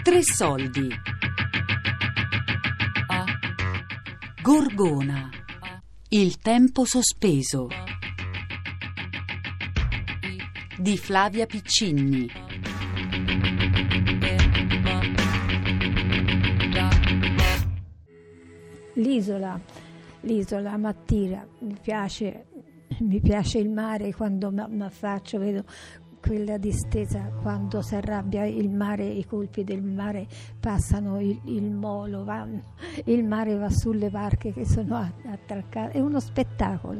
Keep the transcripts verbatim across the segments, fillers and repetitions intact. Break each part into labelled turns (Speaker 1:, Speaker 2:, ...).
Speaker 1: Tre soldi. Gorgona. Il tempo sospeso. Di Flavia Piccinni.
Speaker 2: L'isola, l'isola m'attira, mi piace, mi piace il mare. Quando mi affaccio vedo quella distesa, quando si arrabbia il mare, i colpi del mare passano il, il molo, va, il mare va sulle barche che sono attraccate, è uno spettacolo.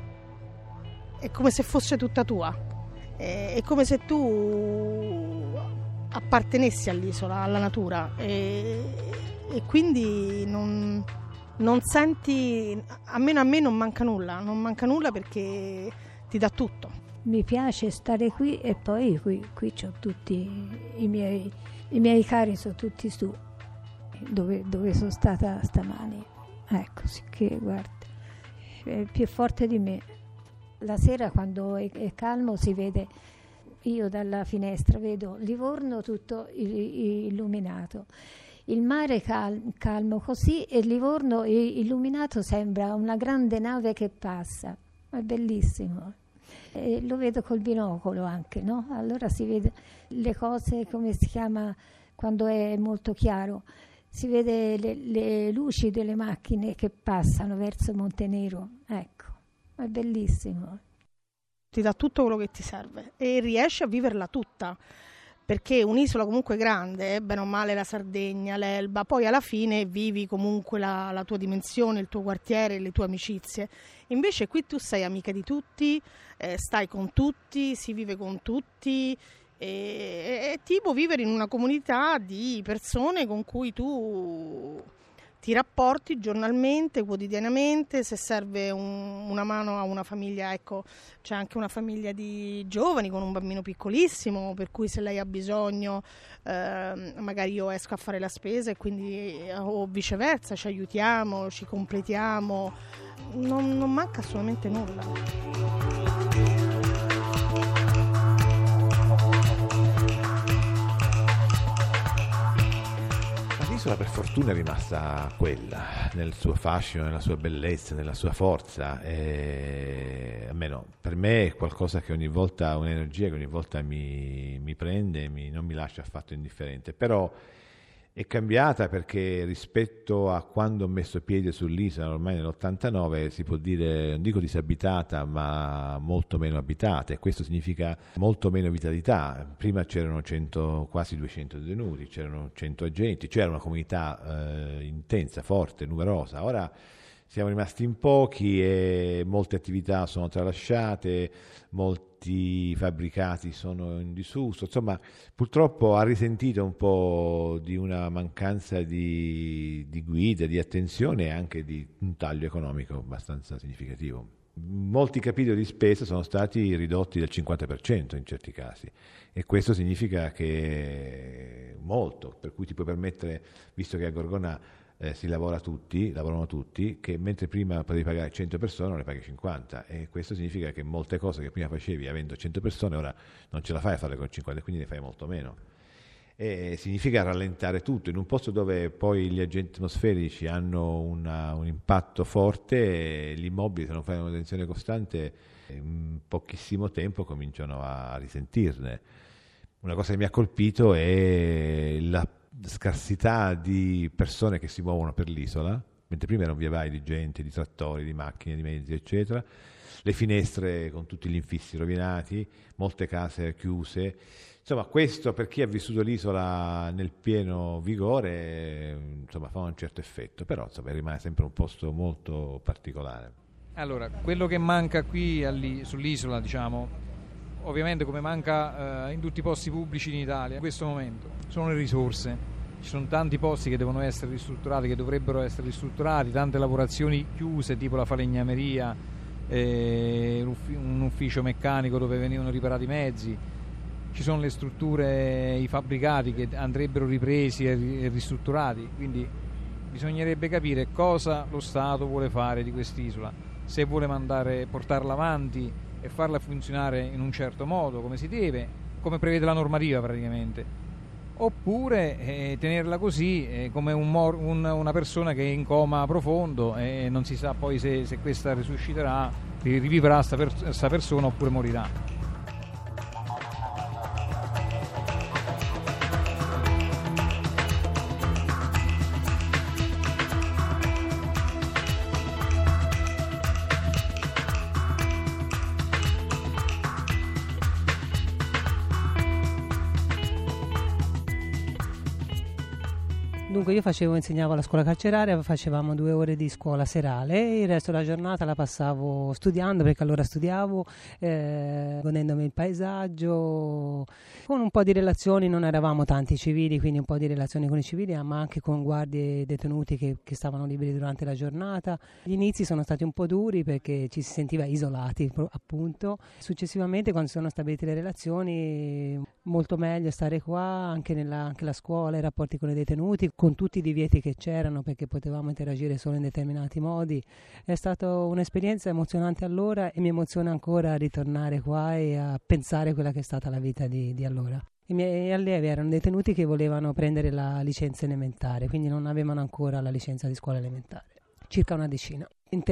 Speaker 3: È come se fosse tutta tua, è come se tu appartenessi all'isola, alla natura, e, e quindi non, non senti, almeno a me non manca nulla, non manca nulla perché ti dà tutto.
Speaker 2: Mi piace stare qui e poi qui, qui c'ho tutti i miei, i miei cari, sono tutti su, dove, dove sono stata stamani. Ecco, sì, che guarda, è più forte di me. La sera quando è, è calmo si vede, io dalla finestra vedo Livorno tutto illuminato, il mare cal, calmo così e Livorno illuminato sembra una grande nave che passa, è bellissimo. E lo vedo col binocolo anche, no? Allora si vede le cose, come si chiama quando è molto chiaro, si vede le, le luci delle macchine che passano verso Montenero, ecco, è bellissimo.
Speaker 3: Ti dà tutto quello che ti serve e riesci a viverla tutta, perché un'isola comunque grande, bene o male la Sardegna, l'Elba, poi alla fine vivi comunque la, la tua dimensione, il tuo quartiere, le tue amicizie. Invece qui tu sei amica di tutti, eh, stai con tutti, si vive con tutti, e, è tipo vivere in una comunità di persone con cui tu ti rapporti giornalmente, quotidianamente. Se serve un, una mano a una famiglia, ecco, c'è anche una famiglia di giovani con un bambino piccolissimo, per cui se lei ha bisogno, eh, magari io esco a fare la spesa e quindi, o viceversa, ci aiutiamo, ci completiamo, non, non manca assolutamente nulla.
Speaker 4: L'isola per fortuna è rimasta quella, nel suo fascino, nella sua bellezza, nella sua forza, e almeno per me è qualcosa che ogni volta, un'energia che ogni volta mi, mi prende e mi, non mi lascia affatto indifferente, però è cambiata perché rispetto a quando ho messo piede sull'isola, ormai nell'ottantanove, si può dire, non dico disabitata, ma molto meno abitata, e questo significa molto meno vitalità. Prima c'erano cento, quasi duecento detenuti, c'erano cento agenti, c'era una comunità eh, intensa, forte, numerosa. Ora siamo rimasti in pochi e molte attività sono tralasciate, molti fabbricati sono in disuso, insomma purtroppo ha risentito un po' di una mancanza di, di guida, di attenzione e anche di un taglio economico abbastanza significativo. Molti capitoli di spesa sono stati ridotti del cinquanta per cento in certi casi, e questo significa che molto, per cui ti puoi permettere, visto che a Gorgona Eh, si lavora tutti, lavorano tutti, che mentre prima potevi pagare cento persone ora ne paghi cinquanta, e questo significa che molte cose che prima facevi avendo cento persone ora non ce la fai a fare con cinquanta, quindi ne fai molto meno, e significa rallentare tutto in un posto dove poi gli agenti atmosferici hanno una, un impatto forte, e gli immobili, se non fai una manutenzione costante, in pochissimo tempo cominciano a risentirne. Una cosa che mi ha colpito è la scarsità di persone che si muovono per l'isola, mentre prima erano via vai di gente, di trattori, di macchine, di mezzi, eccetera. Le finestre con tutti gli infissi rovinati, molte case chiuse. Insomma, questo per chi ha vissuto l'isola nel pieno vigore, insomma, fa un certo effetto, però insomma, rimane sempre un posto molto particolare.
Speaker 5: Allora, quello che manca qui alli, sull'isola, diciamo, ovviamente come manca eh, in tutti i posti pubblici in Italia in questo momento, sono le risorse. Ci sono tanti posti che devono essere ristrutturati, che dovrebbero essere ristrutturati, tante lavorazioni chiuse, tipo la falegnameria, eh, un ufficio meccanico dove venivano riparati i mezzi. Ci sono le strutture, i fabbricati che andrebbero ripresi e ristrutturati, quindi bisognerebbe capire cosa lo Stato vuole fare di quest'isola, se vuole mandare, portarla avanti e farla funzionare in un certo modo, come si deve, come prevede la normativa praticamente, oppure eh, tenerla così eh, come un mor- un, una persona che è in coma profondo e non si sa poi se, se questa risusciterà, rivivrà sta, per- sta persona oppure morirà.
Speaker 6: Dunque io facevo, insegnavo alla scuola carceraria, facevamo due ore di scuola serale, il resto della giornata la passavo studiando, perché allora studiavo, eh, godendomi il paesaggio, con un po' di relazioni, non eravamo tanti civili, quindi un po' di relazioni con i civili, ma anche con guardie e detenuti che, che stavano liberi durante la giornata. Gli inizi sono stati un po' duri perché ci si sentiva isolati, appunto. Successivamente, quando si sono stabilite le relazioni, molto meglio stare qua, anche, nella, anche la scuola, i rapporti con i detenuti, con tutti i divieti che c'erano perché potevamo interagire solo in determinati modi. È stata un'esperienza emozionante allora e mi emoziona ancora a ritornare qua e a pensare quella che è stata la vita di, di allora. I miei allievi erano detenuti che volevano prendere la licenza elementare, quindi non avevano ancora la licenza di scuola elementare, circa una decina.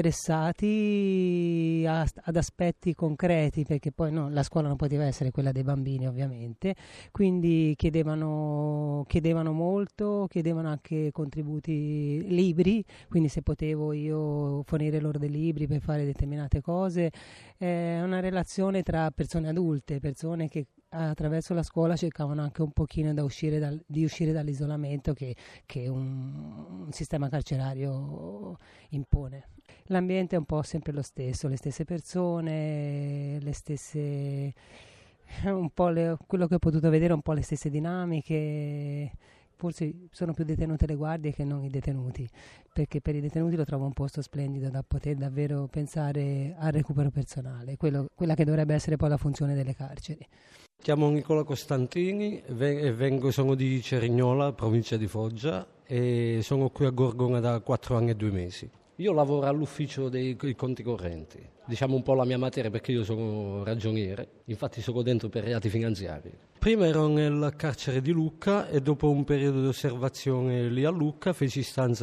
Speaker 6: Interessati a, ad aspetti concreti, perché poi no, la scuola non poteva essere quella dei bambini ovviamente, quindi chiedevano, chiedevano molto, chiedevano anche contributi, libri, quindi se potevo io fornire loro dei libri per fare determinate cose. È una relazione tra persone adulte, persone che attraverso la scuola cercavano anche un pochino da uscire dal, di uscire dall'isolamento che, che un, un sistema carcerario impone. L'ambiente è un po' sempre lo stesso, le stesse persone, le stesse, un po' le, quello che ho potuto vedere, un po' le stesse dinamiche. Forse sono più detenute le guardie che non i detenuti, perché per i detenuti lo trovo un posto splendido da poter davvero pensare al recupero personale, quello, quella che dovrebbe essere poi la funzione delle carceri.
Speaker 7: Mi chiamo Nicola Costantini e vengo, sono di Cerignola, provincia di Foggia, e sono qui a Gorgona da quattro anni e due mesi. Io lavoro all'ufficio dei, dei conti correnti, diciamo un po' la mia materia perché io sono ragioniere, infatti sono dentro per reati finanziari. Prima ero nel carcere di Lucca e dopo un periodo di osservazione lì a Lucca feci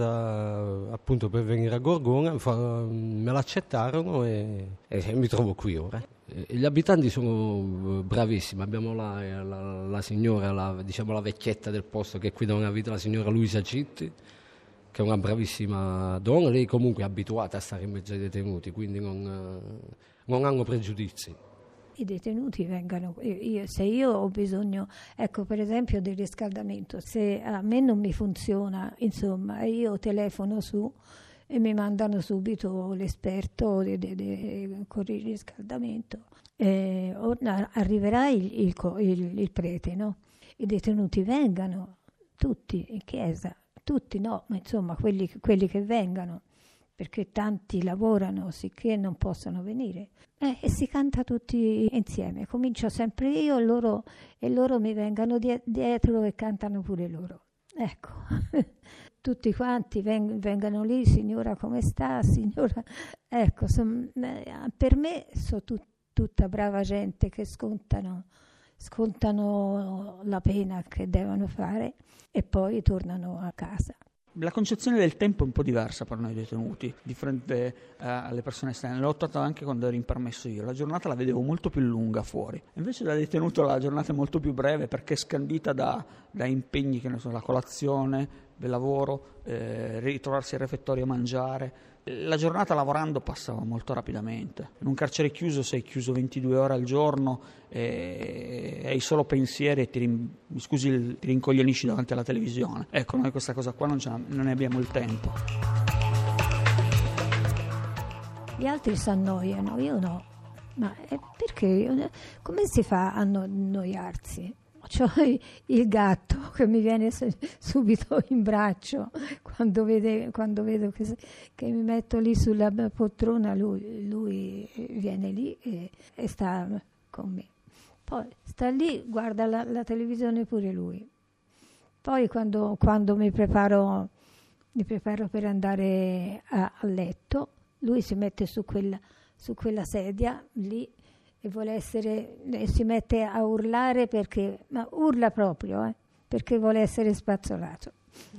Speaker 7: istanza appunto per venire a Gorgona, fa, me l'accettarono e, e mi trovo qui ora. Gli abitanti sono bravissimi, abbiamo la, la, la signora, la, diciamo la vecchietta del posto che è qui da una vita, la signora Luisa Citti, che è una bravissima donna, lei comunque è abituata a stare in mezzo ai detenuti, quindi non, non hanno pregiudizi.
Speaker 2: I detenuti vengano, io, se io ho bisogno, ecco per esempio del riscaldamento, se a me non mi funziona, insomma, io telefono su e mi mandano subito l'esperto de, de, de, con il riscaldamento. Eh, arriverà il, il, il, il prete, no? I detenuti vengano, tutti in chiesa, tutti no, ma insomma quelli, quelli che vengano, perché tanti lavorano sicché non possono venire. Eh, e si canta tutti insieme, comincio sempre io e loro, e loro mi vengano die- dietro e cantano pure loro. Ecco, tutti quanti veng- vengano lì, signora come sta, signora... Ecco, son, eh, per me sono tut- tutta brava gente che scontano, scontano la pena che devono fare e poi tornano a casa.
Speaker 8: La concezione del tempo è un po' diversa per noi detenuti, di fronte uh, alle persone esterne. L'ho notata anche quando ero in permesso io. La giornata la vedevo molto più lunga fuori. Invece da detenuto la giornata è molto più breve perché è scandita da, da impegni, che ne so, la colazione, il lavoro, eh, ritrovarsi al refettorio a mangiare. La giornata lavorando passa molto rapidamente. In un carcere chiuso sei chiuso ventidue ore al giorno e hai solo pensieri e ti, rim- scusi, ti rincoglionisci davanti alla televisione. Ecco, noi questa cosa qua non, ce non ne abbiamo il tempo.
Speaker 2: Gli altri si annoiano, io no. Ma perché? Io, come si fa a no- annoiarsi? C'ho il gatto che mi viene subito in braccio quando, vede, quando vedo che, che mi metto lì sulla poltrona, lui, lui viene lì e, e sta con me. Poi sta lì, guarda la, la televisione pure lui. Poi quando, quando mi preparo, mi preparo per andare a, a letto, lui si mette su quella, su quella sedia lì e vuole essere, si mette a urlare perché, ma urla proprio, eh, perché vuole essere spazzolato.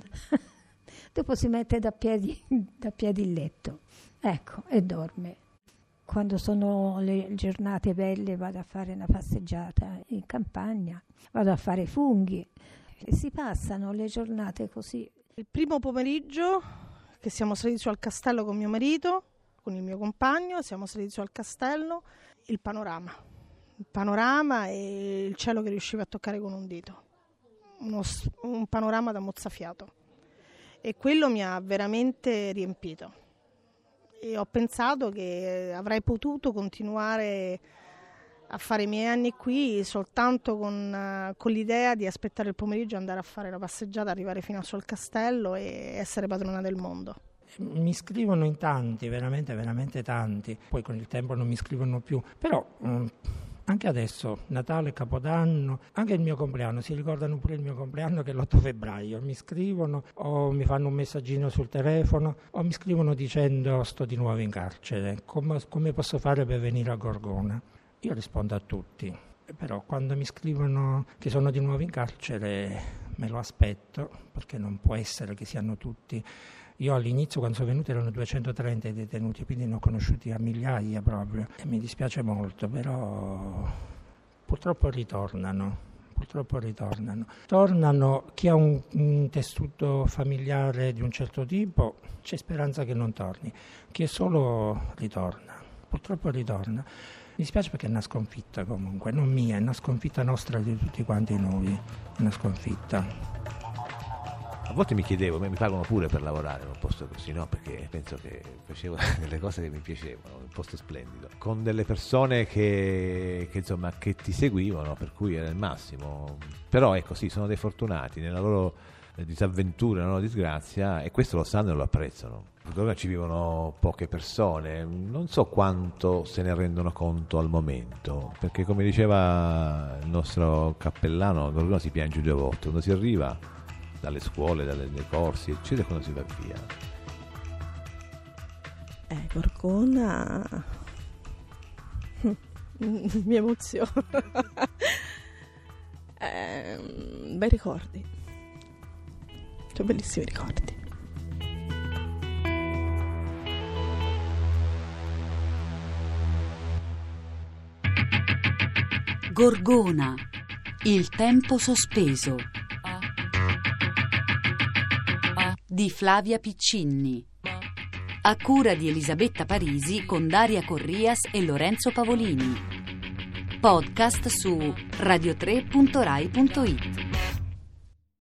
Speaker 2: Dopo si mette da piedi, da piedi il letto, ecco, e dorme. Quando sono le giornate belle vado a fare una passeggiata in campagna, vado a fare funghi e si passano le giornate così.
Speaker 3: Il primo pomeriggio che siamo saliti su al castello con mio marito, con il mio compagno, siamo saliti su al castello, il panorama, il panorama e il cielo che riusciva a toccare con un dito, Uno, un panorama da mozzafiato, e quello mi ha veramente riempito e ho pensato che avrei potuto continuare a fare i miei anni qui soltanto con, con l'idea di aspettare il pomeriggio, andare a fare la passeggiata, arrivare fino sul castello e essere padrona del mondo.
Speaker 9: Mi scrivono in tanti, veramente, veramente tanti, poi con il tempo non mi scrivono più, però mh, anche adesso, Natale, Capodanno, anche il mio compleanno, si ricordano pure il mio compleanno che è l'otto febbraio, mi scrivono o mi fanno un messaggino sul telefono o mi scrivono dicendo sto di nuovo in carcere, come, come posso fare per venire a Gorgona? Io rispondo a tutti, però quando mi scrivono che sono di nuovo in carcere me lo aspetto, perché non può essere che siano tutti. Io all'inizio quando sono venuto erano duecentotrenta i detenuti, quindi ne ho conosciuti a migliaia proprio e mi dispiace molto, però purtroppo ritornano, purtroppo ritornano. Tornano chi ha un, un tessuto familiare di un certo tipo, c'è speranza che non torni, chi è solo ritorna, purtroppo ritorna. Mi dispiace perché è una sconfitta comunque, non mia, è una sconfitta nostra di tutti quanti noi, una sconfitta.
Speaker 4: A volte mi chiedevo, mi pagano pure per lavorare in un posto così, no? Perché penso che facevo delle cose che mi piacevano, un posto splendido, con delle persone che, che insomma che ti seguivano, per cui era il massimo. Però ecco sì, sono dei fortunati nella loro disavventura, nella loro disgrazia, e questo lo sanno e lo apprezzano. Gorgona ci vivono poche persone, non so quanto se ne rendono conto al momento, perché come diceva il nostro cappellano, a Gorgona si piange due volte, quando si arriva dalle scuole, dalle, dai corsi, eccetera, quando si va via.
Speaker 10: Eh, Gorgona mi emoziona. eh, bei ricordi, cioè bellissimi ricordi.
Speaker 1: Gorgona, il tempo sospeso di Flavia Piccinni, a cura di Elisabetta Parisi con Daria Corrias e Lorenzo Pavolini. Podcast su radio tre punto rai punto it.